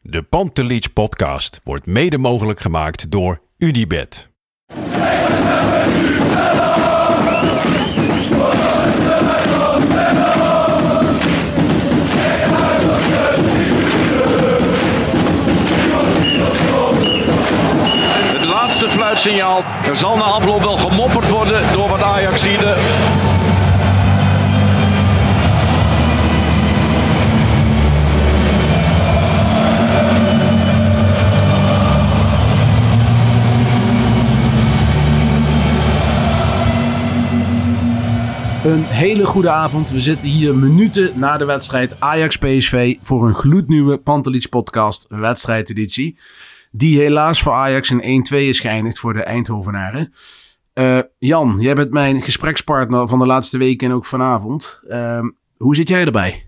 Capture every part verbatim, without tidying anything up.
De Pantelich podcast wordt mede mogelijk gemaakt door UdiBet. Het laatste fluitsignaal. Er zal na afloop wel gemopperd worden door wat Ajaxiden. Een hele goede avond. We zitten hier minuten na de wedstrijd Ajax-P S V voor een gloednieuwe Pantelich podcast wedstrijdeditie. Die helaas voor Ajax in één-twee is geëindigd voor de Eindhovenaren. Uh, Jan, jij bent mijn gesprekspartner van de laatste weken en ook vanavond. Uh, hoe zit jij erbij?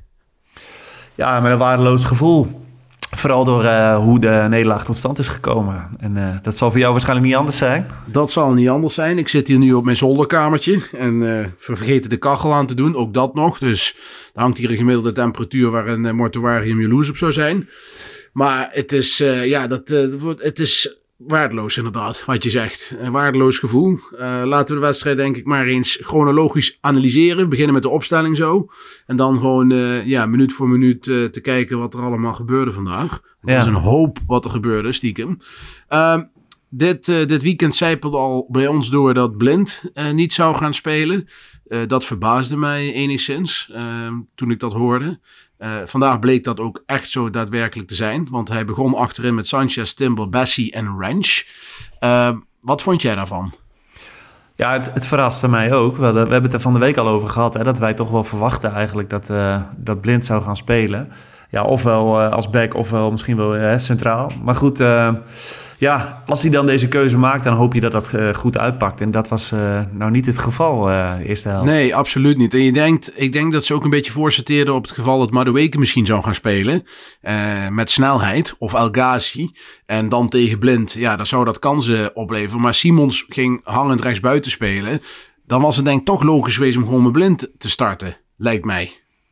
Ja, met een waardeloos gevoel. Vooral door uh, hoe de nederlaag tot stand is gekomen. En uh, dat zal voor jou waarschijnlijk niet anders zijn. Dat zal niet anders zijn. Ik zit hier nu op mijn zolderkamertje. En uh, we vergeten de kachel aan te doen. Ook dat nog. Dus er hangt hier een gemiddelde temperatuur waar een uh, mortuarium jaloers op zou zijn. Maar het is, uh, ja, dat, uh, het is waardeloos inderdaad, wat je zegt. Een waardeloos gevoel. Uh, laten we de wedstrijd denk ik maar eens chronologisch analyseren. We beginnen met de opstelling zo. En dan gewoon uh, ja, minuut voor minuut uh, te kijken wat er allemaal gebeurde vandaag. Het ja. is een hoop wat er gebeurde, stiekem. Uh, dit, uh, dit weekend zijpelde al bij ons door dat Blind uh, niet zou gaan spelen. Uh, dat verbaasde mij enigszins uh, toen ik dat hoorde. Uh, vandaag bleek dat ook echt zo daadwerkelijk te zijn. Want hij begon achterin met Sanchez, Timber, Bessie en Ranch. Uh, wat vond jij daarvan? Ja, het, het verraste mij ook. We, hadden, we hebben het er van de week al over gehad. Hè, dat wij toch wel verwachten eigenlijk dat, uh, dat Blind zou gaan spelen. Ja, ofwel uh, als back, ofwel misschien wel uh, centraal. Maar goed, uh, ja, als hij dan deze keuze maakt, dan hoop je dat dat uh, goed uitpakt. En dat was uh, nou niet het geval, uh, de eerste helft. Nee, absoluut niet. En je denkt, ik denk dat ze ook een beetje voorsorteerden op het geval dat Madueke misschien zou gaan spelen. Uh, met snelheid, of El Ghazi. En dan tegen Blind, ja, dan zou dat kansen opleveren. Maar Simons ging hangend rechtsbuiten spelen. Dan was het denk ik toch logisch geweest om gewoon met Blind te starten, lijkt mij.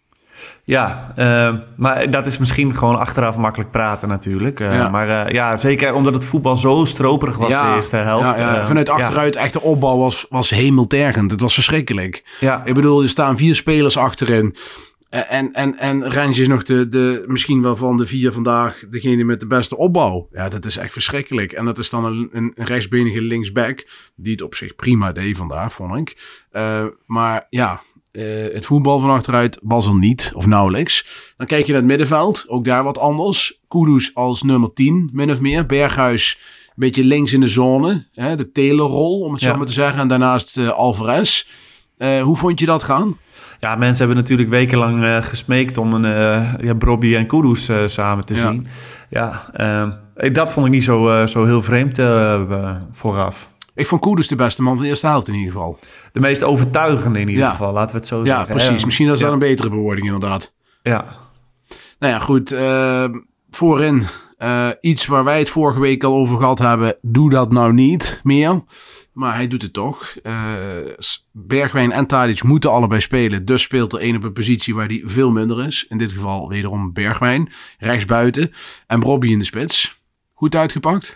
Ja, uh, maar dat is misschien gewoon achteraf makkelijk praten natuurlijk. Uh, ja. Maar uh, ja, zeker omdat het voetbal zo stroperig was ja, de eerste helft. Ja, ja. Uh, Vanuit achteruit, ja. echt de opbouw was, was hemeltergend. Het was verschrikkelijk. Ja. Ik bedoel, er staan vier spelers achterin. En, en, en Rens is nog de, de, misschien wel van de vier vandaag degene met de beste opbouw. Ja, dat is echt verschrikkelijk. En dat is dan een, een rechtsbenige linksback, die het op zich prima deed vandaag, vond ik. Uh, maar ja... Uh, het voetbal van achteruit was er niet, of nauwelijks. Dan kijk je naar het middenveld, ook daar wat anders. Kudus als nummer tien, min of meer. Berghuis een beetje links in de zone. Hè, de telerrol, om het ja. zo maar te zeggen. En daarnaast uh, Alvarez. Uh, hoe vond je dat gaan? Ja, mensen hebben natuurlijk wekenlang uh, gesmeekt om een uh, ja, Brobby en Kudus uh, samen te ja. zien. Ja, uh, dat vond ik niet zo, uh, zo heel vreemd uh, uh, vooraf. Ik vond Kudus de beste man van de eerste helft in ieder geval. De meest overtuigende in ieder ja. geval, laten we het zo ja, zeggen. Ja, precies. Ja. Misschien dat is ja. wel een betere bewoording inderdaad. Ja. Nou ja, goed. Uh, voorin uh, iets waar wij het vorige week al over gehad hebben. Doe dat nou niet meer. Maar hij doet het toch. Uh, Bergwijn en Tadic moeten allebei spelen. Dus speelt er één op een positie waar die veel minder is. In dit geval wederom Bergwijn. Rechtsbuiten. En Brobby in de spits. Goed uitgepakt.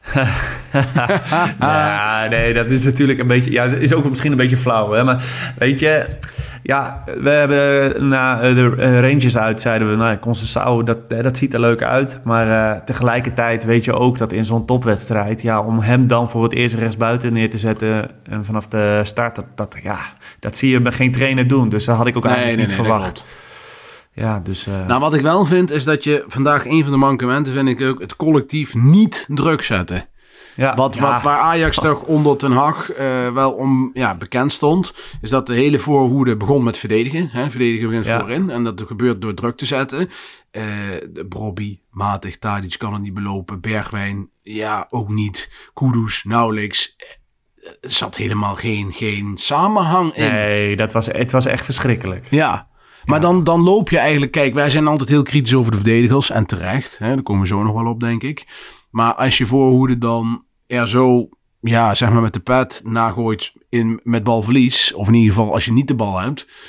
ja, nee, dat is natuurlijk een beetje... Ja, is ook misschien een beetje flauw, hè. Maar weet je... Ja, we hebben na de Rangers uit zeiden we... Nou, Conceição, dat, dat ziet er leuk uit. Maar uh, tegelijkertijd weet je ook dat in zo'n topwedstrijd... Ja, om hem dan voor het eerst rechtsbuiten neer te zetten... En vanaf de start, dat, dat, ja, dat zie je bij geen trainer doen. Dus dat had ik ook nee, eigenlijk nee, niet nee, verwacht. Ja, dus, uh... Nou, wat ik wel vind, is dat je vandaag een van de mankementen, vind ik ook, het collectief niet druk zetten. Ja, wat, ja. wat, waar Ajax toch onder Ten Hag uh, wel om ja, bekend stond, is dat de hele voorhoede begon met verdedigen. Hè? Verdedigen begint ja. voorin. En dat gebeurt door druk te zetten. Uh, de Brobby, matig, Tadic kan het niet belopen. Bergwijn, ja, ook niet. Kudus, nauwelijks. Er zat helemaal geen, geen samenhang in. Nee, dat was, het was echt verschrikkelijk. Ja. Maar dan, dan loop je eigenlijk... Kijk, wij zijn altijd heel kritisch over de verdedigers. En terecht. Hè, daar komen we zo nog wel op, denk ik. Maar als je voorhoede dan er zo... Ja, zeg maar met de pet nagooit in, met balverlies. Of in ieder geval als je niet de bal hebt.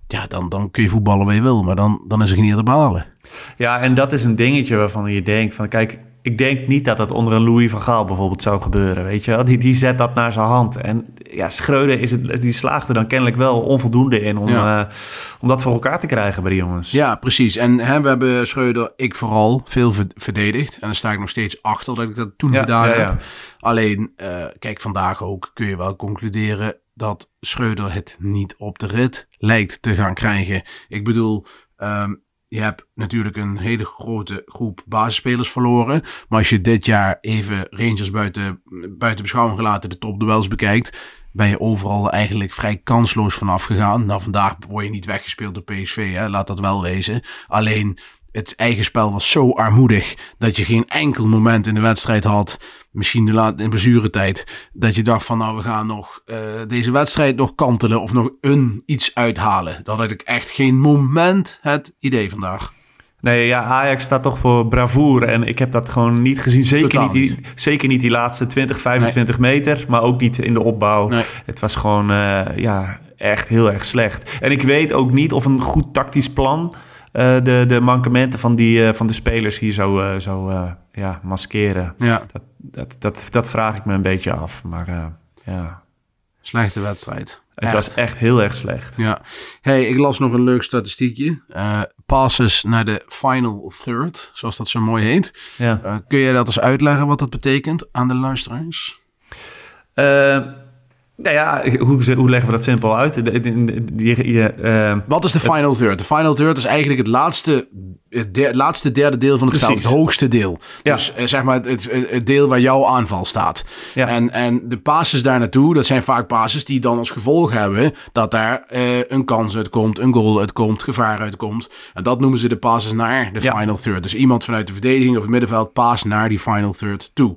ja, dan, dan kun je voetballen waar je wil. Maar dan, dan is er geen eer te behalen. Ja, en dat is een dingetje waarvan je denkt van... Kijk, ik denk niet dat dat onder een Louis van Gaal bijvoorbeeld zou gebeuren, weet je wel. Die, die zet dat naar zijn hand. En ja, Schreuder is het, die slaagde dan kennelijk wel onvoldoende in om, ja. uh, om dat voor elkaar te krijgen bij de jongens. Ja, precies. En hè, we hebben Schreuder, ik vooral, veel verdedigd. En daar sta ik nog steeds achter dat ik dat toen ja, gedaan ja, heb. Ja. Alleen, uh, kijk, vandaag ook kun je wel concluderen dat Schreuder het niet op de rit lijkt te gaan krijgen. Ik bedoel... Um, Je hebt natuurlijk een hele grote groep basisspelers verloren. Maar als je dit jaar even Rangers buiten, buiten beschouwing gelaten de topduels bekijkt, ben je overal eigenlijk vrij kansloos vanaf gegaan. Nou, vandaag word je niet weggespeeld door P S V, hè? Laat dat wel wezen. Alleen het eigen spel was zo armoedig dat je geen enkel moment in de wedstrijd had, misschien de laat, in blessuretijd, dat je dacht van nou we gaan nog uh, deze wedstrijd nog kantelen of nog een iets uithalen. Dat had ik echt geen moment het idee vandaag. Nee, ja, Ajax staat toch voor bravoure en ik heb dat gewoon niet gezien. Zeker, niet die, niet. zeker niet die laatste twintig, vijfentwintig nee. meter, maar ook niet in de opbouw. Nee. Het was gewoon uh, ja, echt heel erg slecht. En ik weet ook niet of een goed tactisch plan Uh, de, de mankementen van, die, uh, van de spelers hier zo, uh, zo uh, ja, maskeren. Ja. Dat, dat, dat, dat vraag ik me een beetje af. Maar uh, ja. Slechte wedstrijd. Het echt. was echt heel erg slecht. Ja. Hey, ik las nog een leuk statistiekje. Uh, passes naar de final third, zoals dat zo mooi heet. Ja. Uh, kun jij dat eens uitleggen wat dat betekent aan de luisteraars? Uh, Nou ja, hoe, hoe leggen we dat simpel uit? Die, die, die, uh, Wat is de final third? De final third is eigenlijk het laatste, de, het laatste derde deel van het Precies. veld. Het hoogste deel. Ja. Dus uh, zeg maar het, het, het deel waar jouw aanval staat. Ja. En, en de passes daar naartoe, dat zijn vaak passes die dan als gevolg hebben dat daar uh, een kans uitkomt, een goal uitkomt, gevaar uitkomt. En dat noemen ze de passes naar de ja. final third. Dus iemand vanuit de verdediging of het middenveld paast naar die final third toe.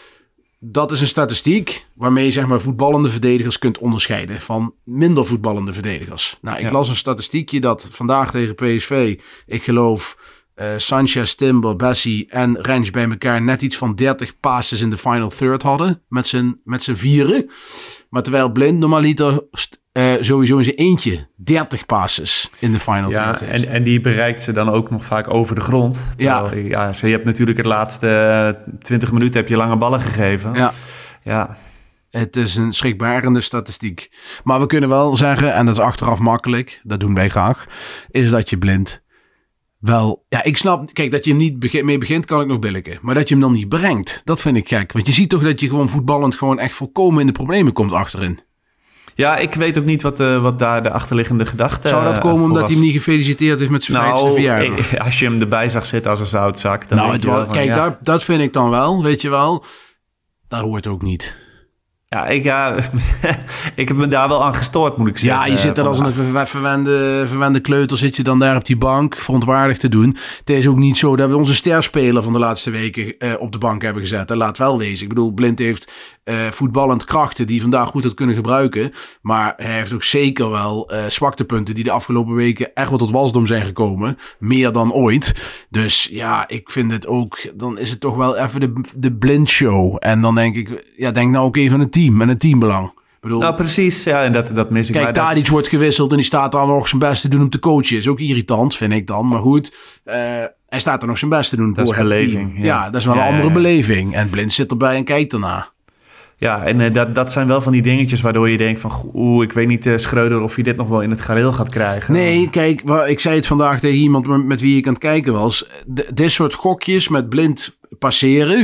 Dat is een statistiek waarmee je zeg maar voetballende verdedigers kunt onderscheiden van minder voetballende verdedigers. Nou, ik ja. las een statistiekje dat vandaag tegen P S V, ik geloof uh, Sanchez, Timber, Bessie en Rens bij elkaar net iets van dertig passes in de final third hadden met z'n, met z'n vieren. Maar terwijl Blind normaliter uh, sowieso in zijn eentje dertig passes in de final ja, third heeft. En, en die bereikt ze dan ook nog vaak over de grond. Terwijl, ja. ja, je hebt natuurlijk het laatste twintig minuten heb je lange ballen gegeven. Ja. Ja. Het is een schrikbarende statistiek. Maar we kunnen wel zeggen, en dat is achteraf makkelijk, dat doen wij graag, is dat je Blind wel... Ja, ik snap, kijk, dat je hem niet begin, mee begint, kan ik nog billiken. Maar dat je hem dan niet brengt, dat vind ik gek. Want je ziet toch dat je gewoon voetballend gewoon echt volkomen in de problemen komt achterin. Ja, ik weet ook niet wat, uh, wat daar de achterliggende gedachte Zou dat komen uh, omdat was. hij hem niet gefeliciteerd heeft met zijn nou, vijftigste verjaardag? Als je hem erbij zag zitten als een zoutzak, dan nou, weet je wel van, kijk, ja. dat, dat vind ik dan wel, weet je wel. Dat hoort ook niet. Ja, ik, ja, ik heb me daar wel aan gestoord, moet ik zeggen. Ja, je zit er als een ver- verwende, verwende kleuter, zit je dan daar op die bank verontwaardigd te doen. Het is ook niet zo dat we onze sterspeler van de laatste weken uh, op de bank hebben gezet. Dat laat wel wezen. Ik bedoel, Blind heeft uh, voetballend krachten die vandaag goed had kunnen gebruiken. Maar hij heeft ook zeker wel uh, zwaktepunten die de afgelopen weken echt wel tot wasdom zijn gekomen. Meer dan ooit. Dus ja, ik vind het ook, dan is het toch wel even de, de Blind show. En dan denk ik, ja, denk nou ook even aan het team en het teambelang. Ik bedoel, nou, precies. Ja, en dat, dat mis ik. Kijk, Tadic dat... wordt gewisseld en die staat dan nog zijn best te doen om te coachen. Is ook irritant, vind ik dan. Maar goed, uh, hij staat er nog zijn best te doen dat voor is het beleving, team. Ja. ja, dat is wel ja, een andere ja, ja. beleving. En Blind zit erbij en kijkt ernaar. Ja, en uh, dat, dat zijn wel van die dingetjes waardoor je denkt van... Oeh, ik weet niet, uh, Schreuder, of je dit nog wel in het gareel gaat krijgen. Nee, kijk, ik zei het vandaag tegen iemand met wie ik aan het kijken was. D- dit soort gokjes met Blind passeren,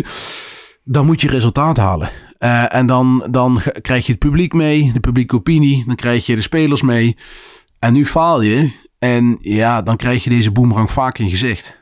dan moet je resultaat halen. Uh, en dan, dan krijg je het publiek mee, de publieke opinie. Dan krijg je de spelers mee. En nu faal je. En ja, dan krijg je deze boemerang vaak in je gezicht.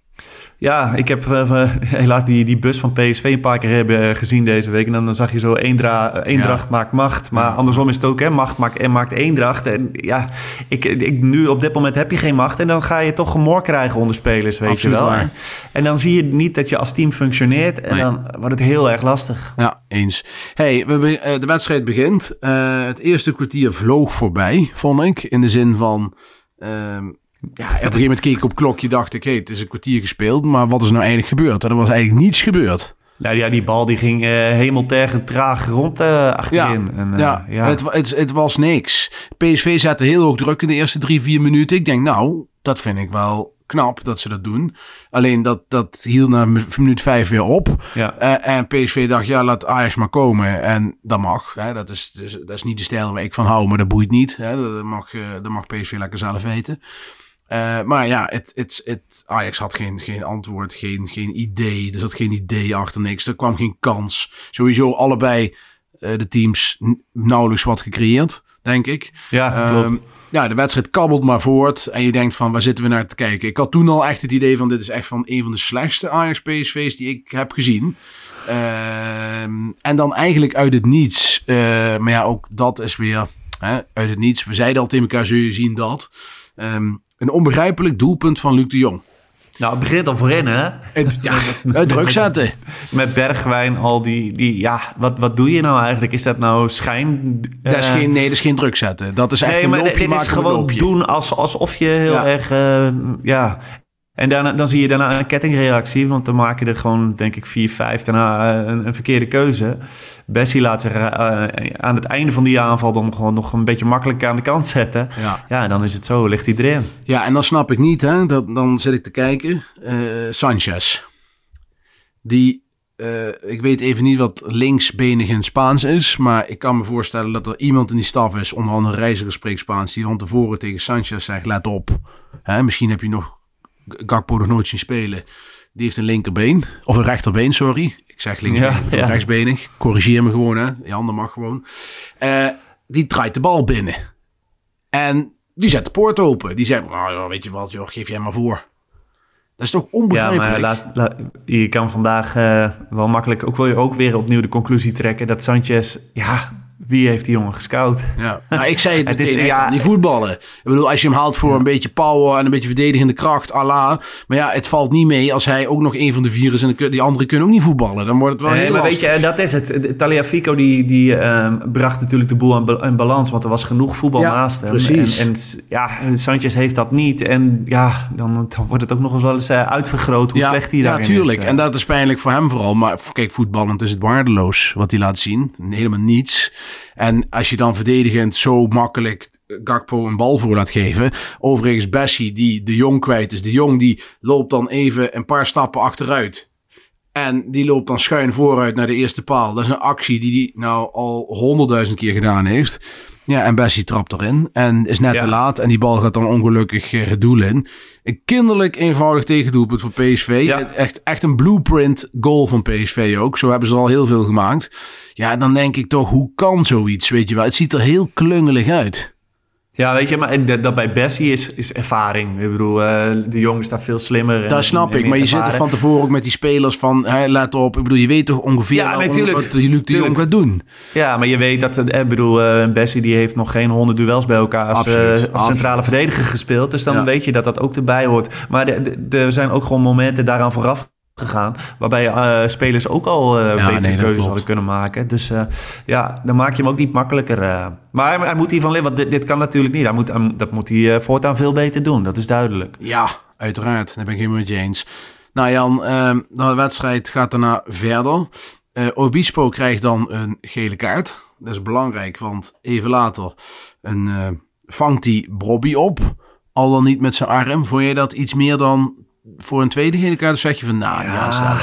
Ja, ik heb uh, helaas die, die bus van P S V een paar keer hebben gezien deze week. En dan, dan zag je zo eendra, eendracht ja. maakt macht. Maar ja. andersom is het ook, hè, macht maakt, maakt eendracht. En ja, ik, ik, nu op dit moment heb je geen macht. En dan ga je toch gemor krijgen onder spelers, weet Absoluut je wel. En, en dan zie je niet dat je als team functioneert. En nee. dan wordt het heel erg lastig. Ja, eens. Hey, we, uh, de wedstrijd begint. Uh, het eerste kwartier vloog voorbij, vond ik. In de zin van... Uh, Ja, op een gegeven moment keek ik op het klokje, dacht ik, hey, het is een kwartier gespeeld, maar wat is nou eigenlijk gebeurd? En er was eigenlijk niets gebeurd. Nou ja, die bal die ging uh, hemeltergend traag rond uh, achterin. Ja, en, uh, ja, ja. Het, het, het was niks. P S V zette heel hoog druk in de eerste drie, vier minuten. Ik denk, nou, dat vind ik wel knap dat ze dat doen. Alleen dat, dat hield na minuut vijf weer op. Ja. Uh, en P S V dacht, ja, laat Ajax maar komen. En dat mag. Hè. Dat, is, dus, dat is niet de stijl waar ik van hou, maar dat boeit niet. Hè. Dat, mag, uh, dat mag P S V lekker zelf weten. Uh, maar ja, het, het, het, Ajax had geen, geen antwoord, geen, geen idee. Er zat geen idee achter, niks. Er kwam geen kans. Sowieso allebei uh, de teams n- nauwelijks wat gecreëerd, denk ik. Ja, klopt. Um, ja, de wedstrijd kabbelt maar voort. En je denkt van, waar zitten we naar te kijken? Ik had toen al echt het idee van, dit is echt van een van de slechtste Ajax-P S V's die ik heb gezien. Uh, en dan eigenlijk uit het niets. Uh, maar ja, ook dat is weer hè, uit het niets. We zeiden al tegen elkaar, zul je zien dat. Um, een onbegrijpelijk doelpunt van Luc de Jong. Nou, het begint al voorin, hè? Het, ja, het druk zetten. Met Bergwijn, al die... die ja, wat, wat doe je nou eigenlijk? Is dat nou schijn... Uh... Dat is geen, nee, dat is geen druk zetten. Dat is echt nee, een maar loopje dit maken is gewoon loopje. doen als, alsof je heel ja. erg... Uh, ja... En daarna, dan zie je daarna een kettingreactie. Want dan maak je er gewoon, denk ik, vier, vijf daarna een, een verkeerde keuze. Bessie laat zich uh, aan het einde van die aanval dan gewoon nog een beetje makkelijk aan de kant zetten. Ja, ja dan is het zo, ligt hij erin. Ja, en dan snap ik niet, hè. Dat, dan zit ik te kijken. Uh, Sanchez. Die, uh, ik weet even niet wat linksbenig in Spaans is. Maar ik kan me voorstellen dat er iemand in die staf is, onder andere Reiziger spreekt Spaans, die van tevoren tegen Sanchez zegt, let op. Hè, misschien heb je nog Gakpo nog nooit zien spelen. Die heeft een linkerbeen. Of een rechterbeen, sorry. Ik zeg linkerbeen, ja, ja. rechtsbenig. Corrigeer me gewoon, hè. Die ander mag gewoon. Uh, die draait de bal binnen. En die zet de poort open. Die zegt, nou, weet je wat, joh, geef jij maar voor. Dat is toch onbegrijpelijk? Ja, maar laat, laat, je kan vandaag uh, wel makkelijk ook, weer, ook weer opnieuw de conclusie trekken dat Sanchez, ja... Wie heeft die jongen gescout? Ja, nou, ik zei het, het meteen, is, ja, die voetballen. Ik bedoel, als je hem haalt voor ja. een beetje power en een beetje verdedigende kracht, Allah. Maar ja, het valt niet mee als hij ook nog een van de vier is en de, die anderen kunnen ook niet voetballen. Dan wordt het wel nee, heel maar lastig. Weet je, dat is het. Taliafico die, die uh, bracht natuurlijk de boel in balans, want er was genoeg voetbal ja, naast hem. Precies. En, en ja, Sanchez heeft dat niet. En ja, dan, dan wordt het ook nog eens wel eens uh, uitvergroot hoe ja, slecht hij ja, daarin is. Ja, tuurlijk. En dat is pijnlijk voor hem vooral. Maar kijk, voetballend is het waardeloos wat hij laat zien. Helemaal niets. En als je dan verdedigend zo makkelijk Gakpo een bal voor laat geven. Overigens Bessie die de Jong kwijt is. De Jong die loopt dan even een paar stappen achteruit. En die loopt dan schuin vooruit naar de eerste paal. Dat is een actie die hij nou al honderdduizend keer gedaan heeft. Ja, en Bessie trapt erin. En is net ja. te laat. En die bal gaat dan ongelukkig uh, het doel in. Een kinderlijk eenvoudig tegendoelpunt voor P S V. Ja. Echt, echt een blueprint goal van P S V ook. Zo hebben ze er al heel veel gemaakt. Ja, dan denk ik toch, hoe kan zoiets? Weet je wel, het ziet er heel klungelig uit. Ja, weet je, maar dat bij Bessie is, is ervaring. Ik bedoel, uh, de jongen is daar veel slimmer. Dat en, snap en ik, maar je ervaren. zit er van tevoren ook met die spelers van, hey, let op. Ik bedoel, je weet toch ongeveer ja, wel nee, wat Luc de Jong gaat doen. Ja, maar je weet dat, ik bedoel, uh, Bessie die heeft nog geen honderd duels bij elkaar als, absoluut, uh, als centrale verdediger gespeeld. Dus dan ja. weet je dat dat ook erbij hoort. Maar er zijn ook gewoon momenten daaraan vooraf gegaan, waarbij uh, spelers ook al uh, ja, betere nee, keuzes hadden kunnen maken. Dus uh, ja, dan maak je hem ook niet makkelijker. Uh. Maar hij, hij moet hiervan leren, want dit, dit kan natuurlijk niet. Hij moet, um, dat moet hij uh, voortaan veel beter doen, dat is duidelijk. Ja, uiteraard. Dat ben ik helemaal met je eens. Nou Jan, uh, de wedstrijd gaat daarna verder. Uh, Obispo krijgt dan een gele kaart. Dat is belangrijk, want even later een, uh, vangt hij Brobby op. Al dan niet met zijn arm. Vond je dat iets meer dan voor een tweede gele kaart? Zeg je van, nou ja, ja stellen.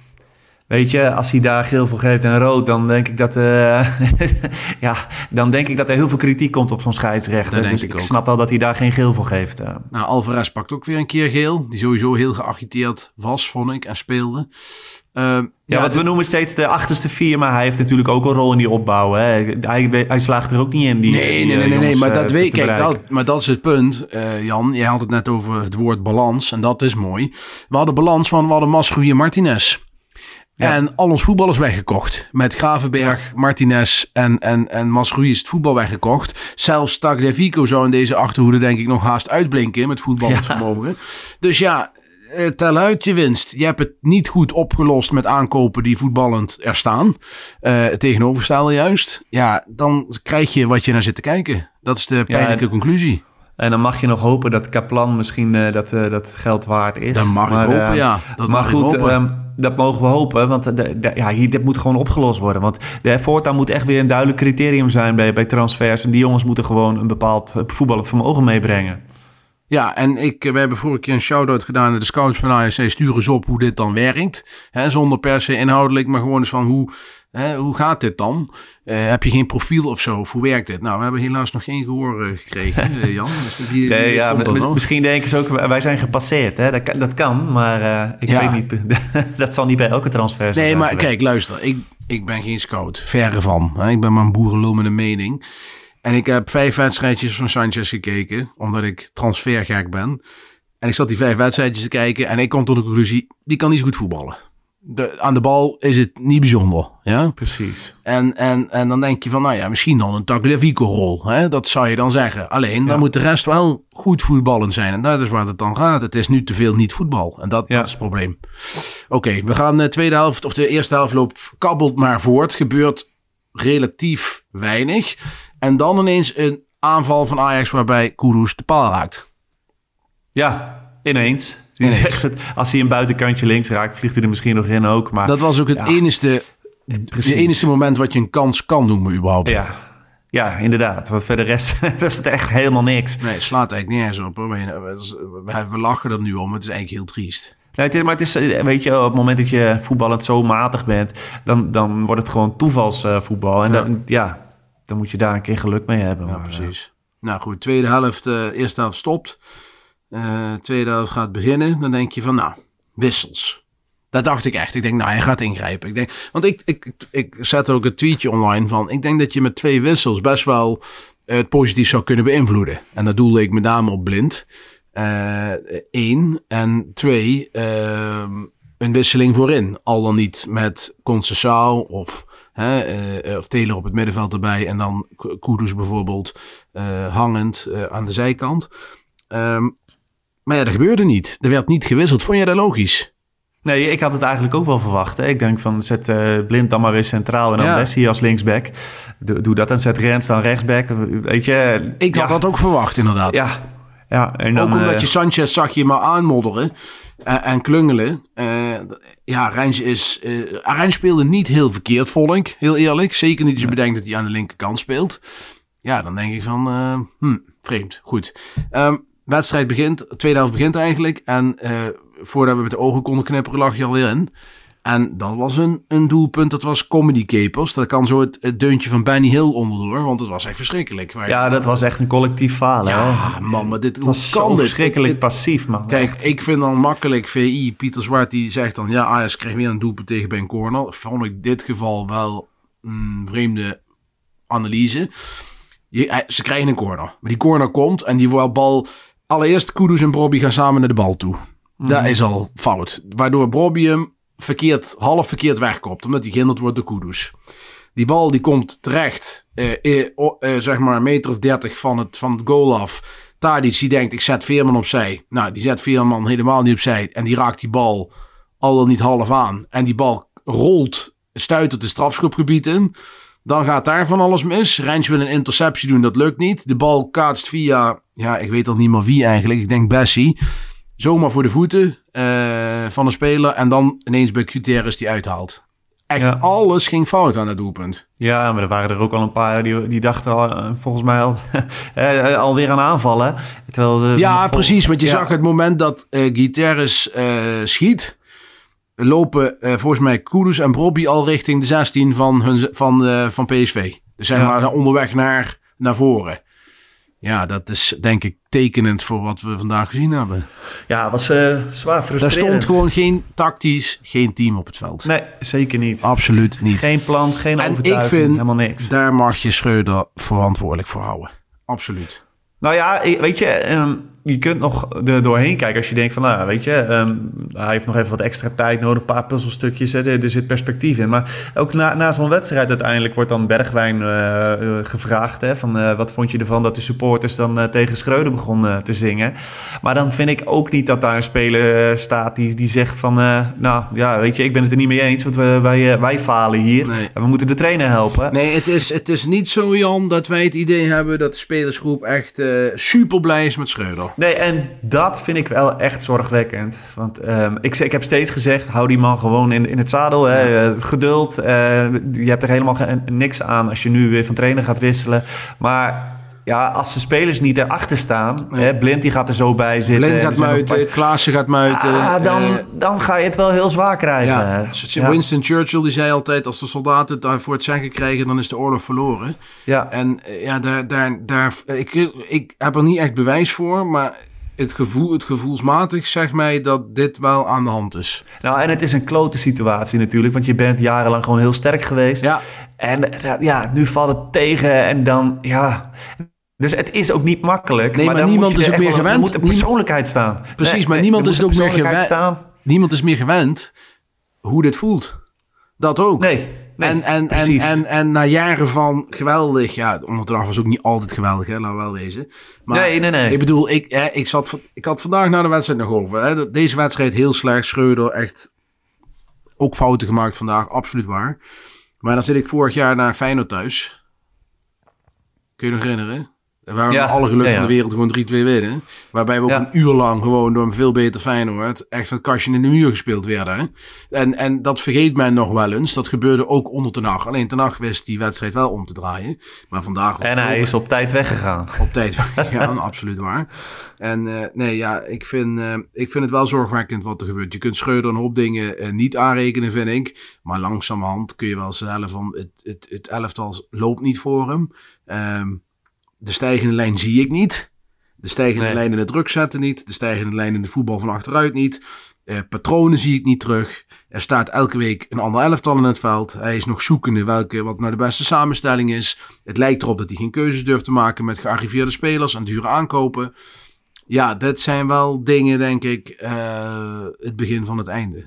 Weet je, als hij daar geel voor geeft en rood, dan denk ik dat, uh, ja, dan denk ik dat er heel veel kritiek komt op zo'n scheidsrechter. Dus ik, ik snap wel dat hij daar geen geel voor geeft. Uh. Nou, Alvarez pakt ook weer een keer geel. Die sowieso heel geagiteerd was, vond ik, en speelde. Uh, ja, ja, wat de... we noemen steeds de achterste vier, maar hij heeft natuurlijk ook een rol in die opbouw. Hè. Hij, hij slaagt er ook niet in. Die, nee, die, nee, nee, nee, nee, maar dat weet ik. Dat, maar dat is het punt, uh, Jan. Je had het net over het woord balans en dat is mooi. We hadden balans van, we hadden Masrowi en Martinez. Ja. En al ons voetbal is weggekocht. Met Gravenberg, Martinez en, en, en Masrowi is het voetbal weggekocht. Zelfs Tagliafico zou in deze achterhoede denk ik nog haast uitblinken met voetbalvermogen. Ja. Dus ja, tel uit je winst. Je hebt het niet goed opgelost met aankopen die voetballend er staan. Uh, tegenovergestelde juist. Ja, dan krijg je wat je naar zit te kijken. Dat is de pijnlijke ja, conclusie. En dan mag je nog hopen dat Kaplan misschien uh, dat, uh, dat geld waard is. Dat mag maar, ik hopen, uh, ja. Dat maar mag goed, ik hopen. Um, dat mogen we hopen. Want de, de, ja, hier, dit moet gewoon opgelost worden. Want de voortaan moet echt weer een duidelijk criterium zijn bij, bij transfers. En die jongens moeten gewoon een bepaald voetballend vermogen meebrengen. Ja, en ik, we hebben vorige keer een shout-out gedaan naar de scouts van A S C. Stuur eens op hoe dit dan werkt. Hè, zonder per se inhoudelijk, maar gewoon eens van hoe, hè, hoe gaat dit dan? Uh, heb je geen profiel of zo? Of hoe werkt dit? Nou, we hebben helaas nog geen gehoor uh, gekregen, uh, Jan. Dus wie, nee, wie ja, m- misschien denken ze ook, wij zijn gepasseerd. Hè? Dat, kan, dat kan, maar uh, ik ja. weet niet. Dat zal niet bij elke transfer zijn. Nee, maar geweest. kijk, luister. Ik, ik ben geen scout. Verre van. Hè? Ik ben maar een boerenlul met een mening. En ik heb vijf wedstrijdjes van Sanchez gekeken, omdat ik transfergek ben. En ik zat die vijf wedstrijdjes te kijken en ik kom tot de conclusie, die kan niet zo goed voetballen. De, aan de bal is het niet bijzonder. Ja? Precies. En, en, en dan denk je van, nou ja, misschien dan een Tagliafico-rol. Hè? Dat zou je dan zeggen. Alleen, ja. dan moet de rest wel goed voetballend zijn. En dat is waar het dan gaat. Het is nu te veel niet voetbal. En dat, ja. dat is het probleem. Oké, okay, we gaan de tweede helft, of de eerste helft loopt kabbelt maar voort. Gebeurt relatief weinig. En dan ineens een aanval van Ajax waarbij Kudus de paal raakt. Ja, ineens. Die zegt het, als hij een buitenkantje links raakt, vliegt hij er misschien nog in ook. Maar, dat was ook het ja, enige, het enige moment wat je een kans kan noemen überhaupt. Ja, ja inderdaad. Want verder rest dat is het echt helemaal niks. Nee, het slaat eigenlijk nergens op. Hoor. We, we lachen er nu om. Het is eigenlijk heel triest. Nee, het is, maar het is, weet je, op het moment dat je voetballend zo matig bent, dan, dan wordt het gewoon toevalsvoetbal. En ja. Dan, ja, dan moet je daar een keer geluk mee hebben. Ja, maar, precies. Uh, nou goed, tweede helft, uh, eerste helft stopt. Uh, tweede helft gaat beginnen. Dan denk je van, nou, wissels. Dat dacht ik echt. Ik denk, nou, hij gaat ingrijpen. Ik denk, want ik, ik, ik, ik zet ook een tweetje online van, ik denk dat je met twee wissels best wel uh, het positief zou kunnen beïnvloeden. En dat doelde ik met name op Blind. Eén. Uh, en twee, uh, een wisseling voorin. Al dan niet met Conceição of... Hè, uh, of Taylor op het middenveld erbij. En dan Kudus bijvoorbeeld uh, hangend uh, aan de zijkant. Um, maar ja, dat gebeurde niet. Er werd niet gewisseld. Vond jij dat logisch? Nee, ik had het eigenlijk ook wel verwacht. Hè? Ik denk van zet uh, Blind dan maar weer centraal en dan ja. Bessie als linksback. Doe, doe dat en zet Rens dan rechtsback. Weet je? Ik had ja. dat ook verwacht inderdaad. Ja. Ja, en dan, ook omdat uh, je Sanchez zag je maar aanmodderen en, en klungelen. Uh, ja, Reins is... Uh, Reins speelde niet heel verkeerd, vond ik. Heel eerlijk. Zeker niet als je ja. bedenkt dat hij aan de linkerkant speelt. Ja, dan denk ik van... Uh, hm, vreemd. Goed. Um, wedstrijd begint. Tweede helft begint eigenlijk. En uh, voordat we met de ogen konden knipperen lag je alweer in. En dat was een, een doelpunt. Dat was Comedy Capers. Dat kan zo het, het deuntje van Benny Hill onderdoor. Want het was echt verschrikkelijk. Maar ja, dat was echt een collectief falen. Ja, hè? man, maar dit het was kan zo dit? verschrikkelijk ik, passief, man. Kijk, echt. ik vind dan makkelijk V I. Pieter Zwart die zegt dan... Ja, Ajax kreeg weer een doelpunt tegen bij een corner. Vond ik dit geval wel een vreemde analyse. Je, ze krijgen een corner. Maar die corner komt en die bal... Allereerst Kudus en Brobby gaan samen naar de bal toe. Mm. Dat is al fout. Waardoor Brobby hem verkeerd, half verkeerd wegkopt. Omdat hij gehinderd wordt door Kudus. Die bal die komt terecht. Uh, uh, uh, zeg maar een meter of dertig van het, van het goal af. Tadic die denkt ik zet Veerman opzij. Nou die zet Veerman helemaal niet opzij. En die raakt die bal al dan niet half aan. En die bal rolt, stuitert de strafschopgebied in. Dan gaat daar van alles mis. Reins wil een interceptie doen, dat lukt niet. De bal kaatst via, ja, ik weet al niet meer wie eigenlijk. Ik denk Bessie. Zomaar voor de voeten uh, van de speler. En dan ineens bij Gutierrez die uithaalt. Echt ja. alles ging fout aan het doelpunt. Ja, maar er waren er ook al een paar die, die dachten al, volgens mij al, uh, alweer aan aanvallen. Terwijl de, ja, vol- precies. Want je ja. zag het moment dat uh, Gutierrez uh, schiet... lopen uh, volgens mij Kudus en Brobby al richting de zestien van, hun, van, uh, van P S V. Dus zeg maar ja. onderweg naar, naar voren. Ja, dat is denk ik tekenend voor wat we vandaag gezien hebben. Ja, het was uh, zwaar frustrerend. Daar stond gewoon geen tactisch, geen team op het veld. Nee, zeker niet. Absoluut niet. Geen plan, geen en overtuiging, ik vind, helemaal niks. Daar mag je Schreuder verantwoordelijk voor houden. Absoluut. Nou ja, weet je, um, je kunt nog er doorheen kijken als je denkt van, nou, weet je, um, hij heeft nog even wat extra tijd nodig, een paar puzzelstukjes, er, er zit perspectief in. Maar ook na, na zo'n wedstrijd uiteindelijk wordt dan Bergwijn uh, uh, gevraagd, hè, van uh, wat vond je ervan dat de supporters dan uh, tegen Schreuder begonnen uh, te zingen. Maar dan vind ik ook niet dat daar een speler uh, staat die, die zegt van, uh, nou, ja, weet je, ik ben het er niet mee eens, want we, wij, uh, wij falen hier nee. en we moeten de trainer helpen. Nee, het is, het is niet zo, Jan, dat wij het idee hebben dat de spelersgroep echt uh, super blij is met Schreuder. Nee, en dat vind ik wel echt zorgwekkend. Want um, ik, ik heb steeds gezegd, hou die man gewoon in, in het zadel. Hè. Uh, geduld. Uh, je hebt er helemaal ge- niks aan als je nu weer van trainer gaat wisselen. Maar ja, als de spelers niet erachter staan, ja. hè, Blind die gaat er zo bij zitten. Blind gaat muiten, paar... Klaassen gaat muiten. Ah, dan, uh, dan ga je het wel heel zwaar krijgen. Ja. Ja. Winston Churchill die zei altijd, als de soldaten het daarvoor het zeggen krijgen, dan is de oorlog verloren. Ja. En ja, daar, daar, daar, ik, ik heb er niet echt bewijs voor, maar het, gevoel, het gevoelsmatig zegt mij dat dit wel aan de hand is. Nou, en het is een klote situatie natuurlijk, want je bent jarenlang gewoon heel sterk geweest. Ja. En ja, nu valt het tegen en dan, ja... Dus het is ook niet makkelijk. Nee, maar, maar dan niemand is ook meer gewend. Er moet een persoonlijkheid staan. Precies, nee, maar niemand is ook meer gewend. Staan. Niemand is meer gewend hoe dit voelt. Dat ook. Nee, nee en, en, en, en, en na jaren van geweldig... Ja, onderdag was ook niet altijd geweldig, hè, laten we wel wezen. Maar nee, nee, nee. Ik bedoel, ik, hè, ik, zat, ik had vandaag na de wedstrijd nog over. Hè, deze wedstrijd heel slecht. Schreuder echt ook fouten gemaakt vandaag. Absoluut waar. Maar dan zit ik vorig jaar naar Feyenoord thuis. Kun je nog herinneren? Waar we ja, alle geluk ja, ja. van de wereld gewoon drie twee winnen. Waarbij we ook ja. een uur lang gewoon door een veel beter Feyenoord echt van het kastje in de muur gespeeld werden. Hè? En, en dat vergeet men nog wel eens. Dat gebeurde ook onder Ten Hag. Alleen Ten Hag wist die wedstrijd wel om te draaien. Maar vandaag... En hij is op tijd weggegaan. Op tijd weggegaan, absoluut waar. En uh, nee, ja, ik vind, uh, ik vind het wel zorgwekkend wat er gebeurt. Je kunt Schreuder een hoop dingen uh, niet aanrekenen, vind ik. Maar langzamerhand kun je wel zeggen van het, het, het elftal loopt niet voor hem. Um, De stijgende lijn zie ik niet. De stijgende nee. lijn in het druk zetten niet. De stijgende lijn in de voetbal van achteruit niet. Uh, patronen zie ik niet terug. Er staat elke week een ander elftal in het veld. Hij is nog zoekende welke wat nou de beste samenstelling is. Het lijkt erop dat hij geen keuzes durft te maken met gearriveerde spelers en dure aankopen. Ja, dat zijn wel dingen, denk ik, uh, het begin van het einde.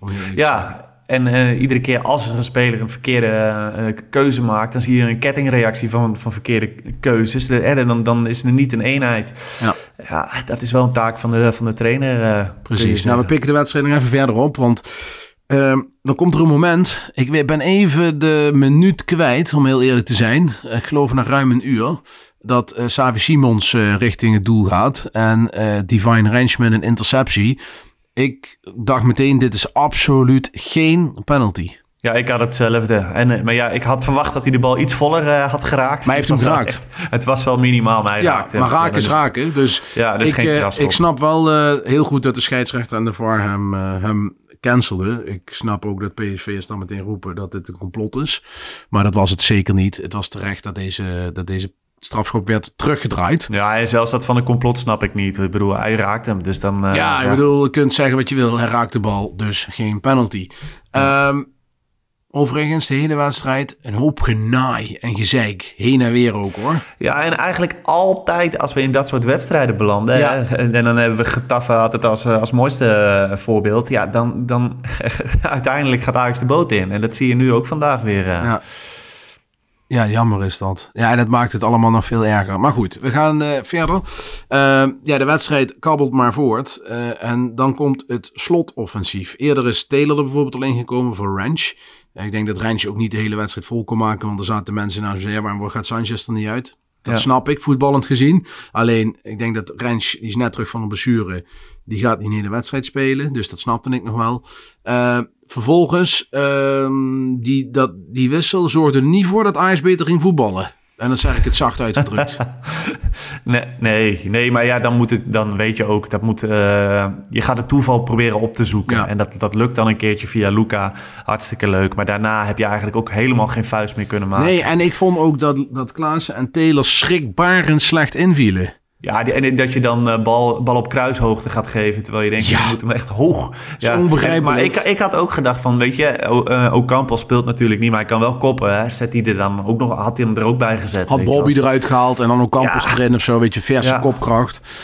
Ja, en uh, iedere keer als er een speler een verkeerde uh, keuze maakt, dan zie je een kettingreactie van, van verkeerde keuzes. De, en dan, dan is er niet een eenheid. Ja. Ja, dat is wel een taak van de, van de trainer. Uh, Precies. Nou, we pikken de wedstrijd nog even verder op, want uh, dan komt er een moment. Ik ben even de minuut kwijt, om heel eerlijk te zijn. Ik geloof na ruim een uur. Dat uh, Xavi Simons uh, richting het doel gaat. En uh, Divine Ranchman een interceptie. Ik dacht meteen, dit is absoluut geen penalty. Ja, ik had hetzelfde. En, maar ja, ik had verwacht dat hij de bal iets voller uh, had geraakt. Maar hij heeft hem geraakt. Echt, het was wel minimaal, maar hij ja, raakte. Maar raken is raken. Dus ja, dus ik, geen strafschop. Ik snap wel uh, heel goed dat de scheidsrechter en de V A R hem, uh, hem cancelde. Ik snap ook dat P S V'ers dan meteen roepen dat dit een complot is. Maar dat was het zeker niet. Het was terecht dat deze, dat deze strafschop werd teruggedraaid. Ja, en zelfs dat van een complot snap ik niet. Ik bedoel, hij raakt hem, dus dan... Uh, ja, ik ja. bedoel, je kunt zeggen wat je wil. Hij raakt de bal, dus geen penalty. Ja. Um, overigens, de hele wedstrijd, een hoop genaai en gezeik. Heen en weer ook, hoor. Ja, en eigenlijk altijd als we in dat soort wedstrijden belanden... Ja. Hè, en, en dan hebben we Getafe altijd als, als mooiste voorbeeld... Ja, dan, dan uiteindelijk gaat Ajax de boot in. En dat zie je nu ook vandaag weer... Uh. Ja. Ja, jammer is dat. Ja, en dat maakt het allemaal nog veel erger. Maar goed, we gaan uh, verder. Uh, ja, de wedstrijd kabbelt maar voort. Uh, en dan komt het slotoffensief. Eerder is Taylor er bijvoorbeeld al ingekomen voor Ranch. Uh, ik denk dat Ranch ook niet de hele wedstrijd vol kon maken. Want er zaten mensen nou zo, ja, waarom gaat Sanchez er niet uit? Dat ja. snap ik, voetballend gezien. Alleen, ik denk dat Ranch, die is net terug van een blessure. Die gaat niet in de hele wedstrijd spelen. Dus dat snapte ik nog wel. Uh, vervolgens, uh, die, dat, die wissel zorgde er niet voor dat Ajax beter ging voetballen. En dan zeg ik het zacht uitgedrukt. nee, nee, nee, maar ja, dan, moet het, dan weet je ook, dat moet, uh, je gaat het toeval proberen op te zoeken. Ja. En dat, dat lukt dan een keertje via Luka. Hartstikke leuk. Maar daarna heb je eigenlijk ook helemaal geen vuist meer kunnen maken. Nee, en ik vond ook dat, dat Klaassen en Taylor schrikbarend slecht invielen. Ja, en dat je dan uh, bal, bal op kruishoogte gaat geven, terwijl je denkt, ja. je moet hem echt hoog. Ja, onbegrijpelijk. Maar ik, ik had ook gedacht van, weet je, uh, Ocampo speelt natuurlijk niet, maar hij kan wel koppen. Hè. Zet hij er dan ook nog, had hij hem er ook bij gezet. Had Bobby eruit gehaald en dan Ocampo ja. erin of zo, weet je, verse ja. kopkracht.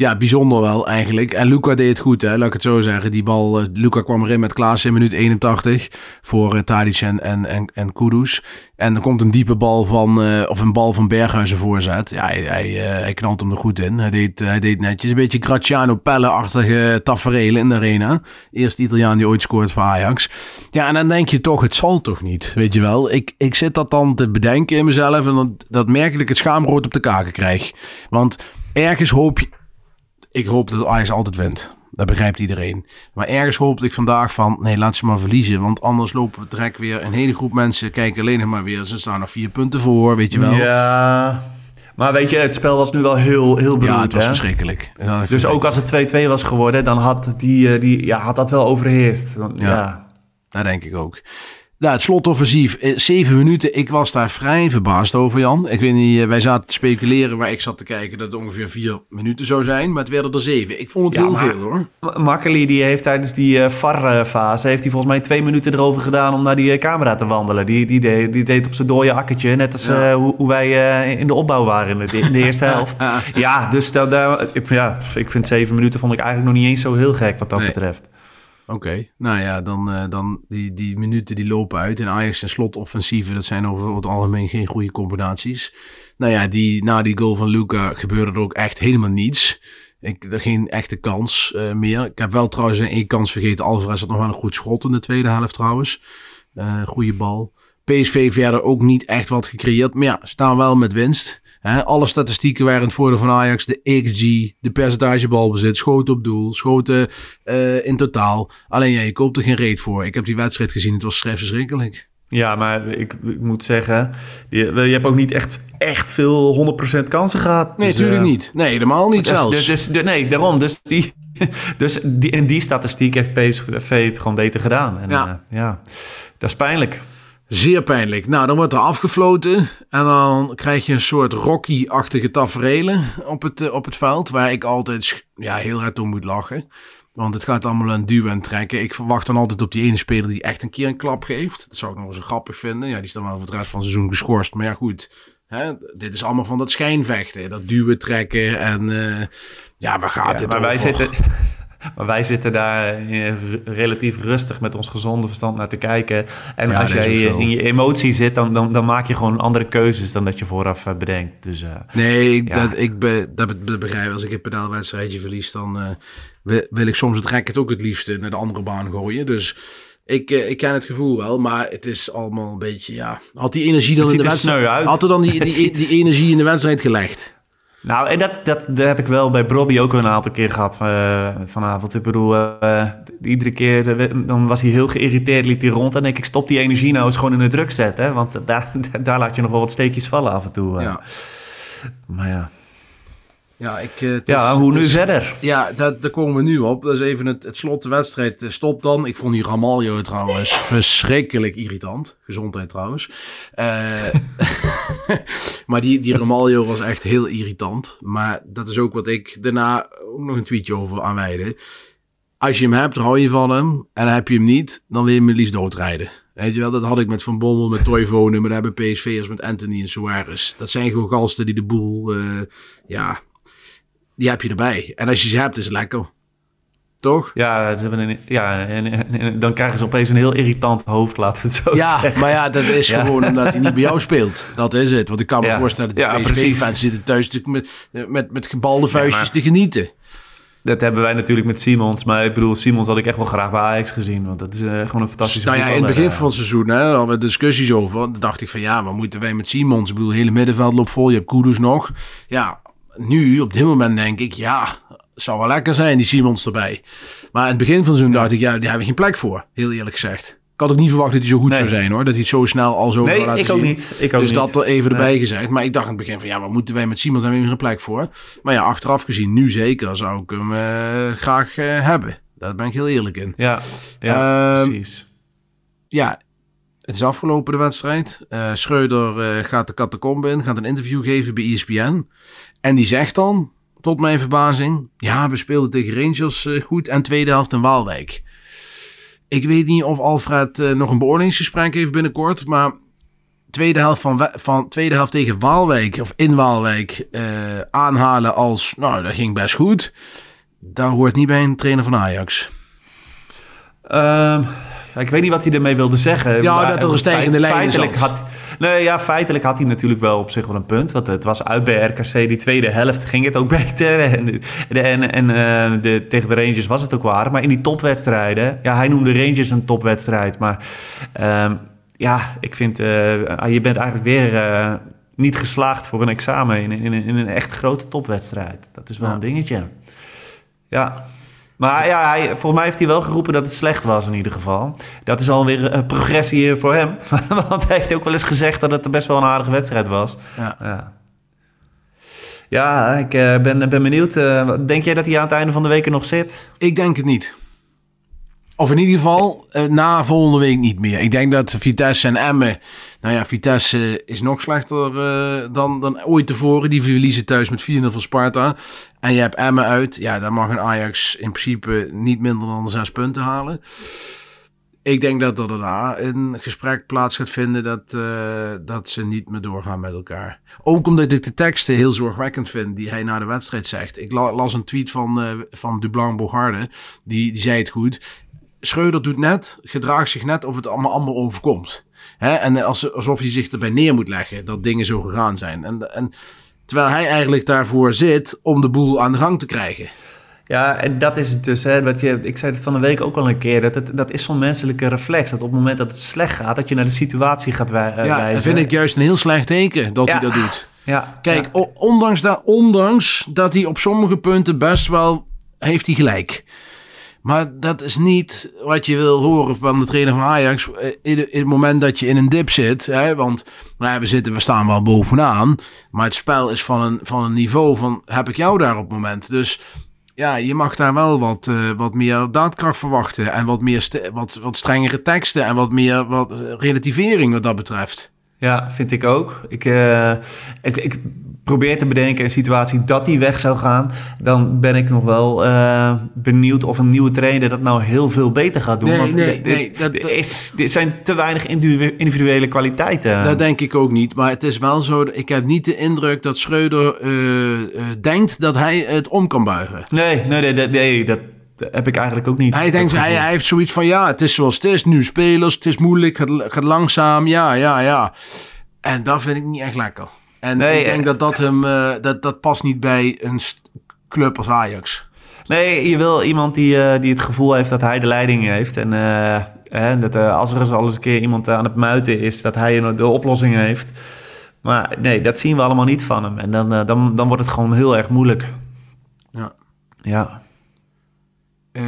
Ja, bijzonder wel eigenlijk. En Luca deed het goed, hè? Laat ik het zo zeggen. Die bal, uh, Luca kwam erin met Klaassen in minuut eenentachtig voor uh, Tadic en, en, en, en Kudus. En er komt een diepe bal van, uh, of een bal van Berghuizen voorzet. Ja, hij, hij, uh, hij knalt hem er goed in. Hij deed, uh, hij deed netjes. Een beetje Graziano Pelle-achtige taferelen in de arena. Eerste Italiaan die ooit scoort voor Ajax. Ja, en dan denk je toch, het zal toch niet, weet je wel. Ik, ik zit dat dan te bedenken in mezelf en dat, dat merk ik het schaamrood op de kaken krijg. Want ergens hoop je... Ik hoop dat Ajax altijd wint. Dat begrijpt iedereen. Maar ergens hoopte ik vandaag van... Nee, laat ze maar verliezen. Want anders lopen we direct weer... Een hele groep mensen kijken alleen nog maar weer... Ze staan nog vier punten voor, weet je wel. Ja... Maar weet je, het spel was nu wel heel, heel beroerd. Ja, het was hè? verschrikkelijk. Ja, dus ook als het twee-twee was geworden... Dan had, die, die, ja, had dat wel overheerst. Dan, ja. ja, dat denk ik ook. Nou, het slotoffensief, zeven minuten. Ik was daar vrij verbaasd over, Jan. Ik weet niet, wij zaten te speculeren waar ik zat te kijken dat het ongeveer vier minuten zou zijn. Maar het werden er zeven. Ik vond het ja, heel maar, veel, hoor. Makkeli, die heeft tijdens die uh, V A R-fase... heeft hij volgens mij twee minuten erover gedaan om naar die uh, camera te wandelen. Die, die, deed, die deed op zijn dode akkertje. Net als ja. uh, hoe, hoe wij uh, in de opbouw waren in de, in de eerste helft. ja, dus dat, uh, ik, ja, ik vind zeven minuten vond ik eigenlijk nog niet eens zo heel gek wat dat nee. betreft. Oké, okay. nou ja, dan, uh, dan die, die minuten die lopen uit. En Ajax en slotoffensieven, dat zijn over het algemeen geen goede combinaties. Nou ja, die, na die goal van Luca gebeurde er ook echt helemaal niets. Ik, er geen echte kans uh, meer. Ik heb wel trouwens een één kans vergeten. Alvarez had nog wel een goed schot in de tweede helft trouwens. Uh, goede bal. P S V verder ook niet echt wat gecreëerd. Maar ja, staan wel met winst. He, alle statistieken waren in het voordeel van Ajax. De X G, de percentage balbezit, schoten op doel, schoten uh, in totaal. Alleen ja, je koopt er geen reet voor. Ik heb die wedstrijd gezien, het was verschrikkelijk. Ja, maar ik, ik moet zeggen, je, je hebt ook niet echt, echt veel honderd procent kansen gehad. Nee, natuurlijk dus, uh, niet. Nee, helemaal niet dus, zelfs. Dus, dus, dus, nee, daarom. Dus, die, dus die, in die statistiek heeft P S V het gewoon beter gedaan. En, ja. Uh, ja, dat is pijnlijk. Zeer pijnlijk. Nou, dan wordt er afgefloten. En dan krijg je een soort Rocky-achtige taferelen op het, uh, op het veld. Waar ik altijd ja, heel hard om moet lachen. Want het gaat allemaal aan duwen en trekken. Ik verwacht dan altijd op die ene speler die echt een keer een klap geeft. Dat zou ik nog eens grappig vinden. Ja, die is dan wel voor het rest van het seizoen geschorst. Maar ja, goed. Hè? Dit is allemaal van dat schijnvechten. Dat duwen, trekken en... Uh, ja, waar gaat ja, dit maar over? Wij zitten... Maar wij zitten daar relatief rustig met ons gezonde verstand naar te kijken. En ja, als jij in je emotie zit, dan, dan, dan maak je gewoon andere keuzes dan dat je vooraf uh, bedenkt. Dus, uh, nee, ik, ja. dat, ik be, dat begrijp. Als ik een pedaalwedstrijdje verlies, dan uh, wil, wil ik soms het racket ook het liefst naar de andere baan gooien. Dus ik, uh, ik ken het gevoel wel, maar het is allemaal een beetje, ja... Had die energie dan in de wedstrijd... Had er dan die, die, die, die energie in de wedstrijd gelegd? Nou, en dat, dat, dat heb ik wel bij Brobby ook een aantal keer gehad uh, vanavond. Ik bedoel, uh, iedere keer uh, dan was hij heel geïrriteerd, liep hij rond. En denk ik, stop die energie nou eens gewoon in de druk zetten. Hè? Want daar, daar laat je nog wel wat steekjes vallen af en toe. Uh. Ja. Maar ja... Ja, ik, uh, ja is, hoe nu is, verder? Ja, dat, daar komen we nu op. Dat is even het, het slot de wedstrijd. Stop dan. Ik vond die Ramaljo trouwens verschrikkelijk irritant. Gezondheid trouwens. Uh, maar die, die Ramaljo was echt heel irritant. Maar dat is ook wat ik daarna ook nog een tweetje over aanwijde. Als je hem hebt, hou je van hem. En heb je hem niet, dan wil je hem het liefst doodrijden. Weet je wel, dat had ik met Van Bommel, met Toivonen, maar dat hebben P S V'ers met Anthony en Suarez. Dat zijn gewoon gasten die de boel, uh, ja... Die heb je erbij. En als je ze hebt, is het lekker. Toch? Ja, ze hebben een, ja en, en, en dan krijgen ze opeens een heel irritant hoofd, laten we het zo ja, zeggen. Maar ja, dat is ja. gewoon omdat hij niet bij jou speelt. Dat is het. Want ik kan me ja. voorstellen dat de ja, P S V-fans zitten thuis met, met, met gebalde vuistjes ja, maar... te genieten. Dat hebben wij natuurlijk met Simons. Maar ik bedoel, Simons had ik echt wel graag bij Ajax gezien. Want dat is uh, gewoon een fantastische nou ja, in het begin van het seizoen hè, hadden we discussies over. Dan dacht ik van ja, wat moeten wij met Simons? Ik bedoel, het hele middenveld loopt vol. Je hebt Kudus nog. Ja, nu, op dit moment denk ik, ja, het zou wel lekker zijn, die Simons erbij. Maar in het begin van het seizoen dacht ik, ja, daar hebben we geen plek voor. Heel eerlijk gezegd. Ik had ook niet verwacht dat hij zo goed nee. zou zijn, hoor. Dat hij het zo snel al zo nee, zou laten ik zien. Ook niet. Ik ook dus niet. dat er even nee. erbij gezegd. Maar ik dacht in het begin van, ja, wat moeten wij met Simons? Daar hebben we geen plek voor. Maar ja, achteraf gezien, nu zeker, zou ik hem uh, graag uh, hebben. Daar ben ik heel eerlijk in. Ja, ja uh, precies. Ja, het is afgelopen de wedstrijd. Uh, Schreuder uh, gaat de catacombe in, gaat een interview geven bij E S P N. En die zegt dan, tot mijn verbazing, ja, we speelden tegen Rangers uh, goed en tweede helft in Waalwijk. Ik weet niet of Alfred uh, nog een beoordelingsgesprek heeft binnenkort, maar tweede helft, van, van, tweede helft tegen Waalwijk of in Waalwijk uh, aanhalen als, nou, dat ging best goed. Dat hoort niet bij een trainer van Ajax. Um, ik weet niet wat hij ermee wilde zeggen. Ja, dat er een stijgende lijn feitelijk had, nee, ja, feitelijk had hij natuurlijk wel op zich wel een punt. Want het was uit bij R K C, die tweede helft ging het ook beter. En, en, en uh, de, tegen de Rangers was het ook waar. Maar in die topwedstrijden, ja, hij noemde Rangers een topwedstrijd. Maar um, ja, ik vind, uh, je bent eigenlijk weer uh, niet geslaagd voor een examen in, in, in een echt grote topwedstrijd. Dat is wel ja. een dingetje. Ja. Maar ja, hij, volgens mij heeft hij wel geroepen dat het slecht was in ieder geval. Dat is alweer een progressie voor hem. Want hij heeft ook wel eens gezegd dat het best wel een aardige wedstrijd was. Ja, ja. ja ik uh, ben, ben benieuwd. Uh, denk jij dat hij aan het einde van de week er nog zit? Ik denk het niet. Of in ieder geval uh, na volgende week niet meer. Ik denk dat Vitesse en Emmen... Nou ja, Vitesse uh, is nog slechter uh, dan, dan ooit tevoren. Die verliezen thuis met vier nul van Sparta. En je hebt Emmen uit. Ja, daar mag een Ajax in principe niet minder dan zes punten halen. Ik denk dat er daarna een gesprek plaats gaat vinden dat, uh, dat ze niet meer doorgaan met elkaar. Ook omdat ik de teksten heel zorgwekkend vind die hij na de wedstrijd zegt. Ik la- las een tweet van, uh, van Dublan Bogarde. Die, die zei het goed. Schreuder doet net, gedraagt zich net of het allemaal, allemaal overkomt. Hè? En als, alsof hij zich erbij neer moet leggen dat dingen zo gegaan zijn. En, en terwijl hij eigenlijk daarvoor zit om de boel aan de gang te krijgen. Ja, en dat is het dus. Hè, wat je, ik zei het van de week ook al een keer. Dat, het, dat is zo'n menselijke reflex. Dat op het moment dat het slecht gaat, dat je naar de situatie gaat wij, uh, ja, wijzen. Ja, dat vind ik juist een heel slecht teken dat ja. hij dat doet. Ja, Kijk, ja. ondanks dat, ondanks dat hij op sommige punten best wel heeft hij gelijk. Maar dat is niet wat je wil horen van de trainer van Ajax in, in het moment dat je in een dip zit. Hè? Want nou ja, we, zitten, we staan wel bovenaan. Maar het spel is van een, van een niveau van heb ik jou daar op het moment. Dus ja, je mag daar wel wat, uh, wat meer daadkracht verwachten. En wat, meer st- wat, wat strengere teksten en wat meer wat relativering wat dat betreft. Ja, vind ik ook. Ik, uh, ik, ik probeer te bedenken een situatie dat die weg zou gaan. Dan ben ik nog wel uh, benieuwd of een nieuwe trainer dat nou heel veel beter gaat doen. Nee, Want nee, d- nee, d- dat, d- is, dit zijn te weinig individuele kwaliteiten. Dat denk ik ook niet. Maar het is wel zo, ik heb niet de indruk dat Schreuder uh, uh, denkt dat hij het om kan buigen. Nee, nee, nee, nee, nee dat... heb ik eigenlijk ook niet. Hij denkt, hij, hij heeft zoiets van, ja, het is zoals het is. Nu spelers, het is moeilijk, het gaat, gaat langzaam, ja, ja, ja. En dat vind ik niet echt lekker. En nee, ik denk eh, dat dat hem, uh, dat, dat past niet bij een st- club als Ajax. Nee, je wil iemand die, uh, die het gevoel heeft dat hij de leiding heeft. En uh, hè, dat uh, als er eens al eens een keer iemand aan het muiten is, dat hij de oplossing heeft. Maar nee, dat zien we allemaal niet van hem. En dan, uh, dan, dan wordt het gewoon heel erg moeilijk. Ja. Ja. Uh,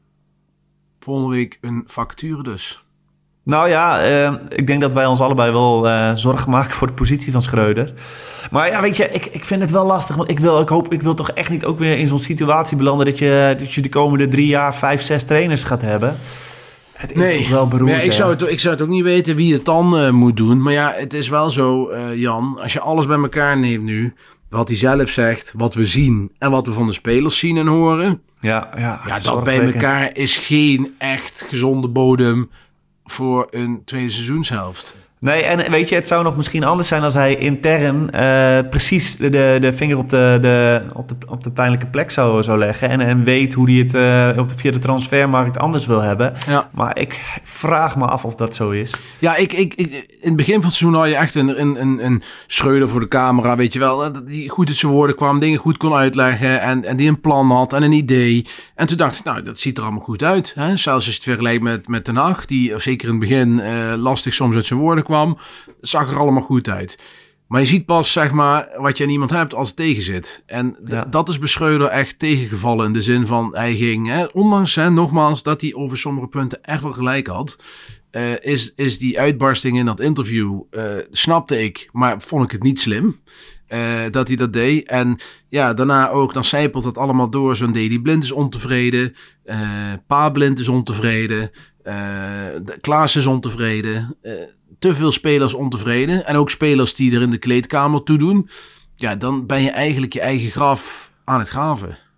volgende week een vacature dus. Nou ja, uh, ik denk dat wij ons allebei wel uh, zorgen maken voor de positie van Schreuder. Maar ja, weet je, ik, ik vind het wel lastig. Want ik wil, ik hoop, ik wil toch echt niet ook weer in zo'n situatie belanden dat je, dat je de komende drie jaar vijf, zes trainers gaat hebben. Het is nee, ook wel beroerd. Ja, ik, zou het, ik zou het ook niet weten wie het dan uh, moet doen. Maar ja, het is wel zo, uh, Jan, als je alles bij elkaar neemt nu, wat hij zelf zegt, wat we zien en wat we van de spelers zien en horen. Ja, ja, ja dat bij elkaar is geen echt gezonde bodem voor een tweede seizoenshelft. Nee, en weet je, het zou nog misschien anders zijn als hij intern uh, precies de, de vinger op de, de, op, de, op de pijnlijke plek zou, zou leggen. En, en weet hoe hij het uh, op de, via de transfermarkt anders wil hebben. Ja. Maar ik vraag me af of dat zo is. Ja, ik, ik, ik, in het begin van het seizoen had je echt een, een, een, een Schreuder voor de camera, weet je wel. Die goed uit zijn woorden kwam, dingen goed kon uitleggen. En, en die een plan had en een idee. En toen dacht ik, nou, dat ziet er allemaal goed uit. Hè? Zelfs als je het vergelijkt met, met Ten Hag, die zeker in het begin uh, lastig soms uit zijn woorden kwam. kwam, zag er allemaal goed uit. Maar je ziet pas, zeg maar, wat je aan iemand hebt als het tegen zit. En d- ja. dat is bij Schreuder echt tegengevallen in de zin van, hij ging, hè, ondanks, hè, nogmaals, dat hij over sommige punten echt wel gelijk had, uh, is, is die uitbarsting in dat interview, uh, snapte ik, maar vond ik het niet slim. Uh, dat hij dat deed. En ja, daarna ook, dan zijpelt dat allemaal door. Zo'n Daley Blind is ontevreden. Uh, Pa Blind is ontevreden. Uh, Klaas is ontevreden. Uh, te veel spelers ontevreden. En ook spelers die er in de kleedkamer toe doen. Ja, dan ben je eigenlijk je eigen graf aan het graven.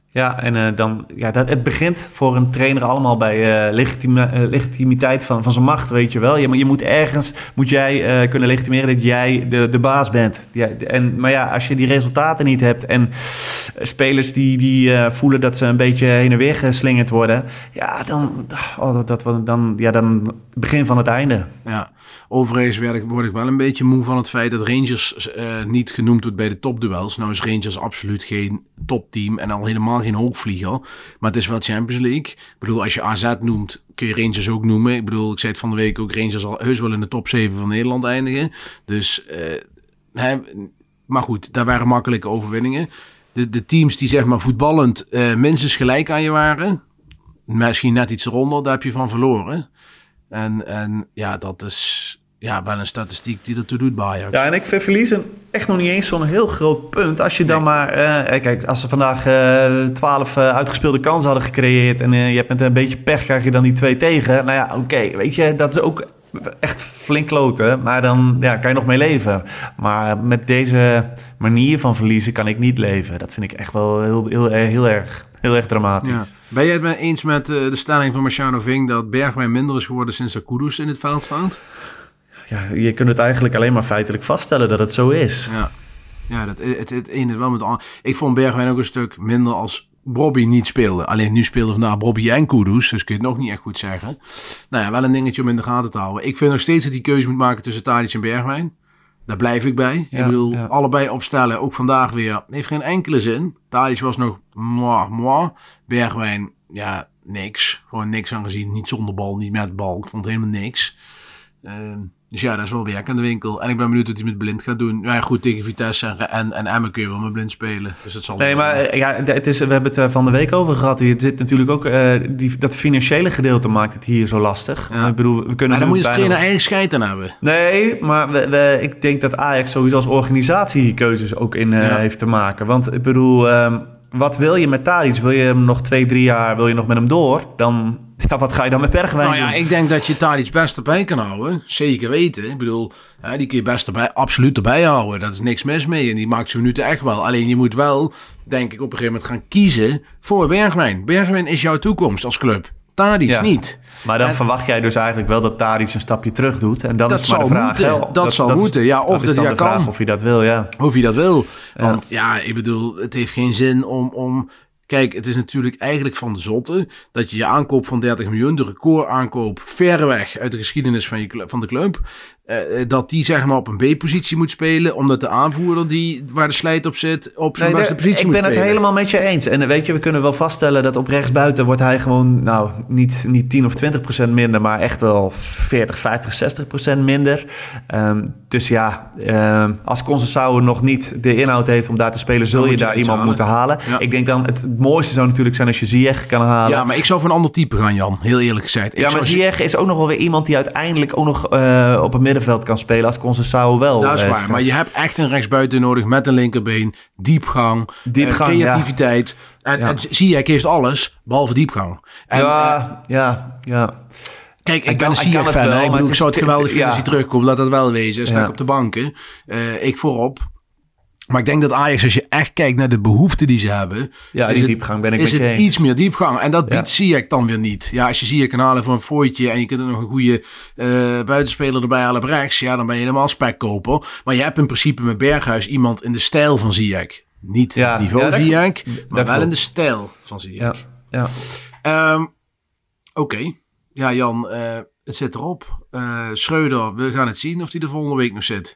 Ja, en uh, dan, ja, dat, het begint voor een trainer allemaal bij uh, legitima- uh, legitimiteit van, van zijn macht, weet je wel. Je, je moet ergens, moet jij uh, kunnen legitimeren dat jij de, de baas bent. Ja, en, maar ja, als je die resultaten niet hebt en uh, spelers die, die uh, voelen dat ze een beetje heen en weer geslingerd worden, ja, dan, oh, dat, dat, dan, ja, dan het begin van het einde. Ja, overigens werd ik, word ik wel een beetje moe van het feit dat Rangers uh, niet genoemd wordt bij de topduels. Nou is Rangers absoluut geen topteam en al helemaal geen hoogvlieger. Maar het is wel Champions League. Ik bedoel, als je A Z noemt, kun je Rangers ook noemen. Ik bedoel, ik zei het van de week ook, Rangers zal heus wel in de top zeven van Nederland eindigen. Dus, uh, hè, maar goed, daar waren makkelijke overwinningen. De, de teams die zeg maar voetballend uh, minstens gelijk aan je waren, misschien net iets eronder, daar heb je van verloren. En, en ja, dat is ja, wel een statistiek die ertoe doet bij Ajax. Ja, en ik vind verliezen echt nog niet eens zo'n heel groot punt. Als je dan nee. maar... Uh, kijk, als ze vandaag twaalf uh, uh, uitgespeelde kansen hadden gecreëerd en uh, je hebt met een beetje pech, krijg je dan die twee tegen. Nou ja, oké, okay, weet je, dat is ook echt flink kloten. Maar dan ja, kan je nog mee leven. Maar met deze manier van verliezen kan ik niet leven. Dat vind ik echt wel heel, heel, heel, heel erg... Heel erg dramatisch. Ja. Ben jij het mee eens met uh, de stelling van Marciano Ving dat Bergwijn minder is geworden sinds dat Kudus in het veld staat? Ja, je kunt het eigenlijk alleen maar feitelijk vaststellen dat het zo is. Ja, ja dat, het, het, het ene wel met het Ik vond Bergwijn ook een stuk minder als Bobby niet speelde. Alleen nu speelde vandaag Bobby en Kudus, dus kun je het nog niet echt goed zeggen. Nou ja, wel een dingetje om in de gaten te houden. Ik vind nog steeds dat die keuze moet maken tussen Tadic en Bergwijn. Daar blijf ik bij. Ja, ik bedoel, ja. allebei opstellen, ook vandaag weer. Heeft geen enkele zin. Tadic was nog moi, moi. Bergwijn, ja, niks. Gewoon niks aan gezien. Niet zonder bal, niet met bal. Ik vond helemaal niks. Uh, dus ja, dat is wel werk aan de winkel. En ik ben benieuwd wat hij met Blind gaat doen. Ja, goed, tegen Vitesse en, en, en Emmen kun je wel met Blind spelen. Dus het zal nee, maar ja, het is, we hebben het van de week over gehad. Hier zit natuurlijk ook... Uh, die, dat financiële gedeelte maakt het hier zo lastig. Ja. Ik bedoel, we kunnen maar dan moet je als trainer nog... eigen scheid aan hebben. Nee, maar we, we, ik denk dat Ajax sowieso als organisatie hier keuzes ook in uh, ja. heeft te maken. Want ik bedoel... Um, wat wil je met Tadic? Wil je hem nog twee, drie jaar, wil je nog met hem door? Dan, ja, wat ga je dan met Bergwijn nou ja, doen? ik denk dat je Tadic best erbij kan houden. Zeker weten. Ik bedoel, ja, die kun je best erbij, absoluut erbij houden. Dat is niks mis mee. En die maakt zijn minuten echt wel. Alleen je moet wel, denk ik, op een gegeven moment gaan kiezen voor Bergwijn. Bergwijn is jouw toekomst als club. Tadic ja. niet. Maar dan en, verwacht jij dus eigenlijk wel dat Tadic een stapje terug doet. En dan dat is maar de vraag. Moeten, hè, dat, dat zal dat moeten. Is, ja, of dat, dat hij kan. Of je dat wil, ja. Of je dat wil. Want ja, ja ik bedoel, het heeft geen zin om... om Kijk, het is natuurlijk eigenlijk van de zotte dat je je aankoop van dertig miljoen, de record aankoop, verreweg uit de geschiedenis van, je, van de club, uh, dat die zeg maar op een B-positie moet spelen, omdat de aanvoerder die waar de slijt op zit, op zijn nee, beste de, positie moet spelen. Ik ben het helemaal met je eens. En weet je, we kunnen wel vaststellen dat op rechtsbuiten wordt hij gewoon, nou, niet, niet tien of twintig procent minder, maar echt wel veertig, vijftig, zestig procent minder. Um, dus ja, um, als Conceição nog niet de inhoud heeft om daar te spelen, zul je, je daar iemand halen. moeten halen. Ja. Ik denk dan, het mooiste zou natuurlijk zijn als je Ziyech kan halen. Ja, maar ik zou voor een ander type gaan, Jan. Heel eerlijk gezegd. Ik ja, maar Ziyech je... is ook nog wel weer iemand die uiteindelijk ook nog uh, op het middenveld kan spelen als Conceição wel. Dat is uh, waar, straks. Maar je hebt echt een rechtsbuiten nodig met een linkerbeen, diepgang, diepgang uh, creativiteit. Ja. En, ja. en Ziyech heeft alles, behalve diepgang. En, ja, uh, ja, ja. Kijk, ik, ik ben een Ziyech-fan. Ik, bedoel, ik zou het geweldig vinden als hij terugkomt. Laat dat wel wezen. Sta ik ja. op de banken. Uh, ik voorop. Maar ik denk dat Ajax, als je echt kijkt naar de behoeften die ze hebben... Ja, die het, diepgang ben ik met je eens. Is het iets meer diepgang. En dat biedt ja. Ziyech dan weer niet. Ja, als je Ziyech kan halen voor een fooitje... en je kunt er nog een goede uh, buitenspeler erbij halen op rechts... ja, dan ben je helemaal spekkoper. Maar je hebt in principe met Berghuis iemand in de stijl van Ziyech. Niet ja. niveau ja, Ziyech, maar wel klopt. in de stijl van Ziyech. Ja. Ja. Um, Oké. Okay. Ja, Jan, uh, het zit erop. Uh, Schreuder, we gaan het zien of hij er volgende week nog zit.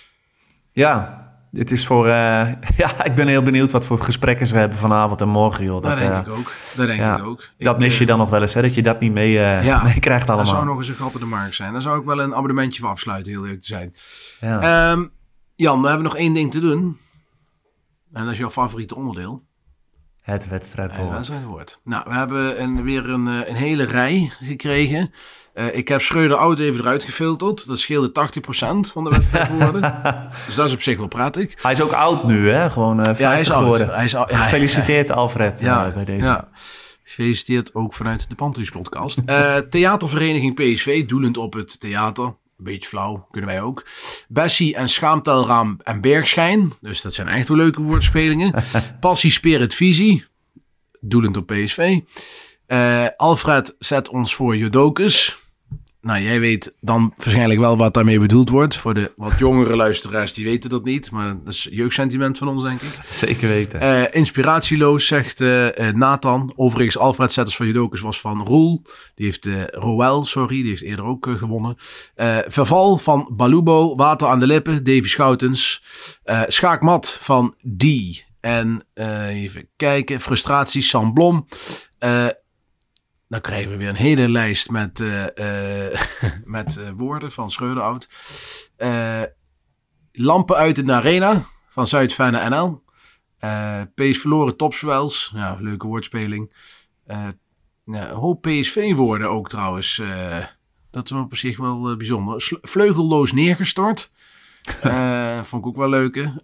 Ja, het is voor... Uh, ja, ik ben heel benieuwd wat voor gesprekken ze hebben vanavond en morgen, joh. Dat, dat denk uh, ik ook. Dat denk ja, ik ook. Dat ik, mis je dan nog wel eens, hè? Dat je dat niet mee, uh, ja, mee krijgt allemaal. Dat zou nog eens een gat in de markt zijn. Daar zou ik wel een abonnementje voor afsluiten, heel leuk te zijn. Ja. Um, Jan, we hebben nog één ding te doen. En dat is jouw favoriete onderdeel. Het wedstrijdwoord. Het wedstrijdwoord. Nou, we hebben een, weer een, een hele rij gekregen. Uh, ik heb Schreuder oud even eruit gefilterd. Dat scheelde tachtig procent van de wedstrijdwoorden. Dus dat is op zich wel prettig. Hij is ook oud nu, hè? Gewoon uh, vijftig ja, hij is geworden. Oud. Hij is oud. Ja, Gefeliciteerd, ja, Alfred, ja, uh, bij deze. Ja. Gefeliciteerd ook vanuit de Panthers podcast. Uh, theatervereniging P S V, doelend op het theater. Een beetje flauw, kunnen wij ook. Bessie en Schaamtelraam en Bergschijn. Dus dat zijn echt wel leuke woordspelingen. Passie, Spirit, Visie. doelend op P S V. Uh, Alfred zet ons voor Jodokus. Nou, jij weet dan waarschijnlijk wel wat daarmee bedoeld wordt. Voor de wat jongere luisteraars, die weten dat niet. Maar dat is jeugdsentiment van ons, denk ik. Zeker weten. Uh, inspiratieloos, zegt uh, uh, Nathan. Overigens, Alfred Zetters van Jodokus was van Roel. Die heeft, uh, Roel, sorry, die heeft eerder ook uh, gewonnen. Uh, Verval van Balubo, Water aan de lippen, Davy Schoutens. Uh, Schaakmat van D. En uh, even kijken, Frustratie, Sam Blom. Uh, Dan krijgen we weer een hele lijst met, uh, uh, met uh, woorden van Schreuderoud. Uh, lampen uit in de arena van Zuid-Fenne N L. Uh, P S V verloren topswels. Ja, leuke woordspeling. Uh, ja, een hoop P S V-woorden ook trouwens. Uh, dat is op zich wel uh, bijzonder. Sle- vleugelloos neergestort. Uh, vond ik ook wel leuke.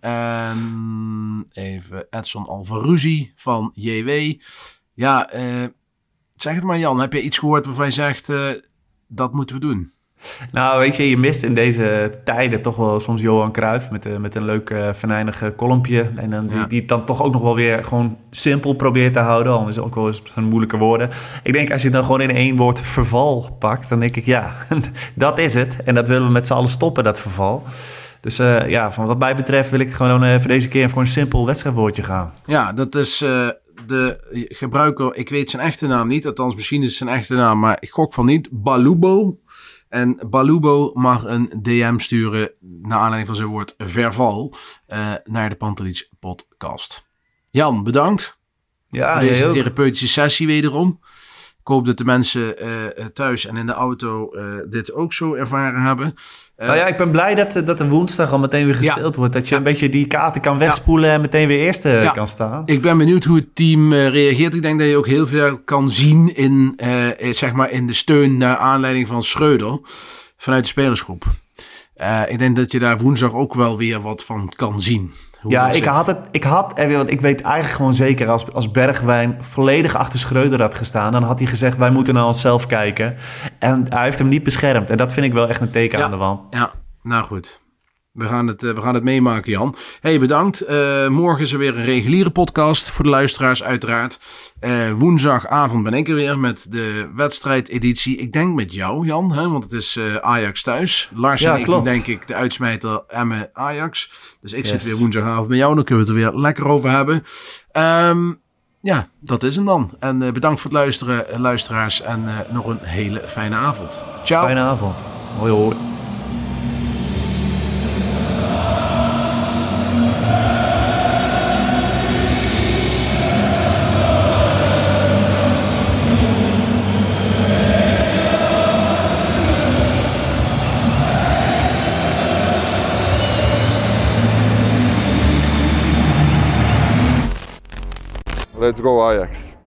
En even Edson Alvaruzi van J W. Ja, uh, zeg het maar, Jan. Heb je iets gehoord waarvan je zegt, uh, dat moeten we doen? Nou, weet je, je mist in deze tijden toch wel soms Johan Cruijff met, uh, met een leuk uh, venijnig kolompje. En dan, die, Ja. die het dan toch ook nog wel weer gewoon simpel probeert te houden. Al is het ook wel eens van moeilijke woorden. Ik denk, als je dan gewoon in één woord verval pakt, dan denk ik, ja, dat is het. En dat willen we met z'n allen stoppen, dat verval. Dus uh, ja, van wat mij betreft wil ik gewoon uh, voor deze keer voor een simpel wedstrijdwoordje gaan. Ja, dat is uh, de gebruiker, ik weet zijn echte naam niet. Althans, misschien is het zijn echte naam, maar ik gok van niet. Balubo. En Balubo mag een D M sturen naar aanleiding van zijn woord verval uh, naar de Pantelich podcast. Jan, bedankt Ja, voor deze jij ook. therapeutische sessie wederom. Ik hoop dat de mensen uh, thuis en in de auto uh, dit ook zo ervaren hebben. Uh, Nou ja, ik ben blij dat, dat de woensdag al meteen weer gespeeld Ja. wordt. Dat je Ja. een beetje die kaarten kan wegspoelen en meteen weer eerste Ja. kan staan. Ik ben benieuwd hoe het team uh, reageert. Ik denk dat je ook heel veel kan zien in, uh, zeg maar in de steun naar aanleiding van Schreuder vanuit de spelersgroep. Uh, ik denk dat je daar woensdag ook wel weer wat van kan zien. Hoe Ja, dat ik zit. had het, ik had, en want ik weet eigenlijk gewoon zeker, als, als Bergwijn volledig achter Schreuder had gestaan, dan had hij gezegd, wij moeten naar onszelf kijken. En hij heeft hem niet beschermd. En dat vind ik wel echt een teken Ja. aan de wand. Ja, nou goed. We gaan het, uh, we gaan het meemaken, Jan. Hey, bedankt. Uh, morgen is er weer een reguliere podcast voor de luisteraars, uiteraard. Uh, woensdagavond ben ik er weer met de wedstrijdeditie. Ik denk met jou, Jan, hè, want het is uh, Ajax thuis. Lars Ja, en ik klopt. doen denk ik de uitsmijter Emmen Ajax. Dus ik Yes. zit weer woensdagavond bij jou. Dan kunnen we het er weer lekker over hebben. Um, ja, dat is hem dan. En uh, bedankt voor het luisteren, uh, luisteraars. En uh, nog een hele fijne avond. Ciao. Fijne avond. Hoi hoi. Let's go Ajax.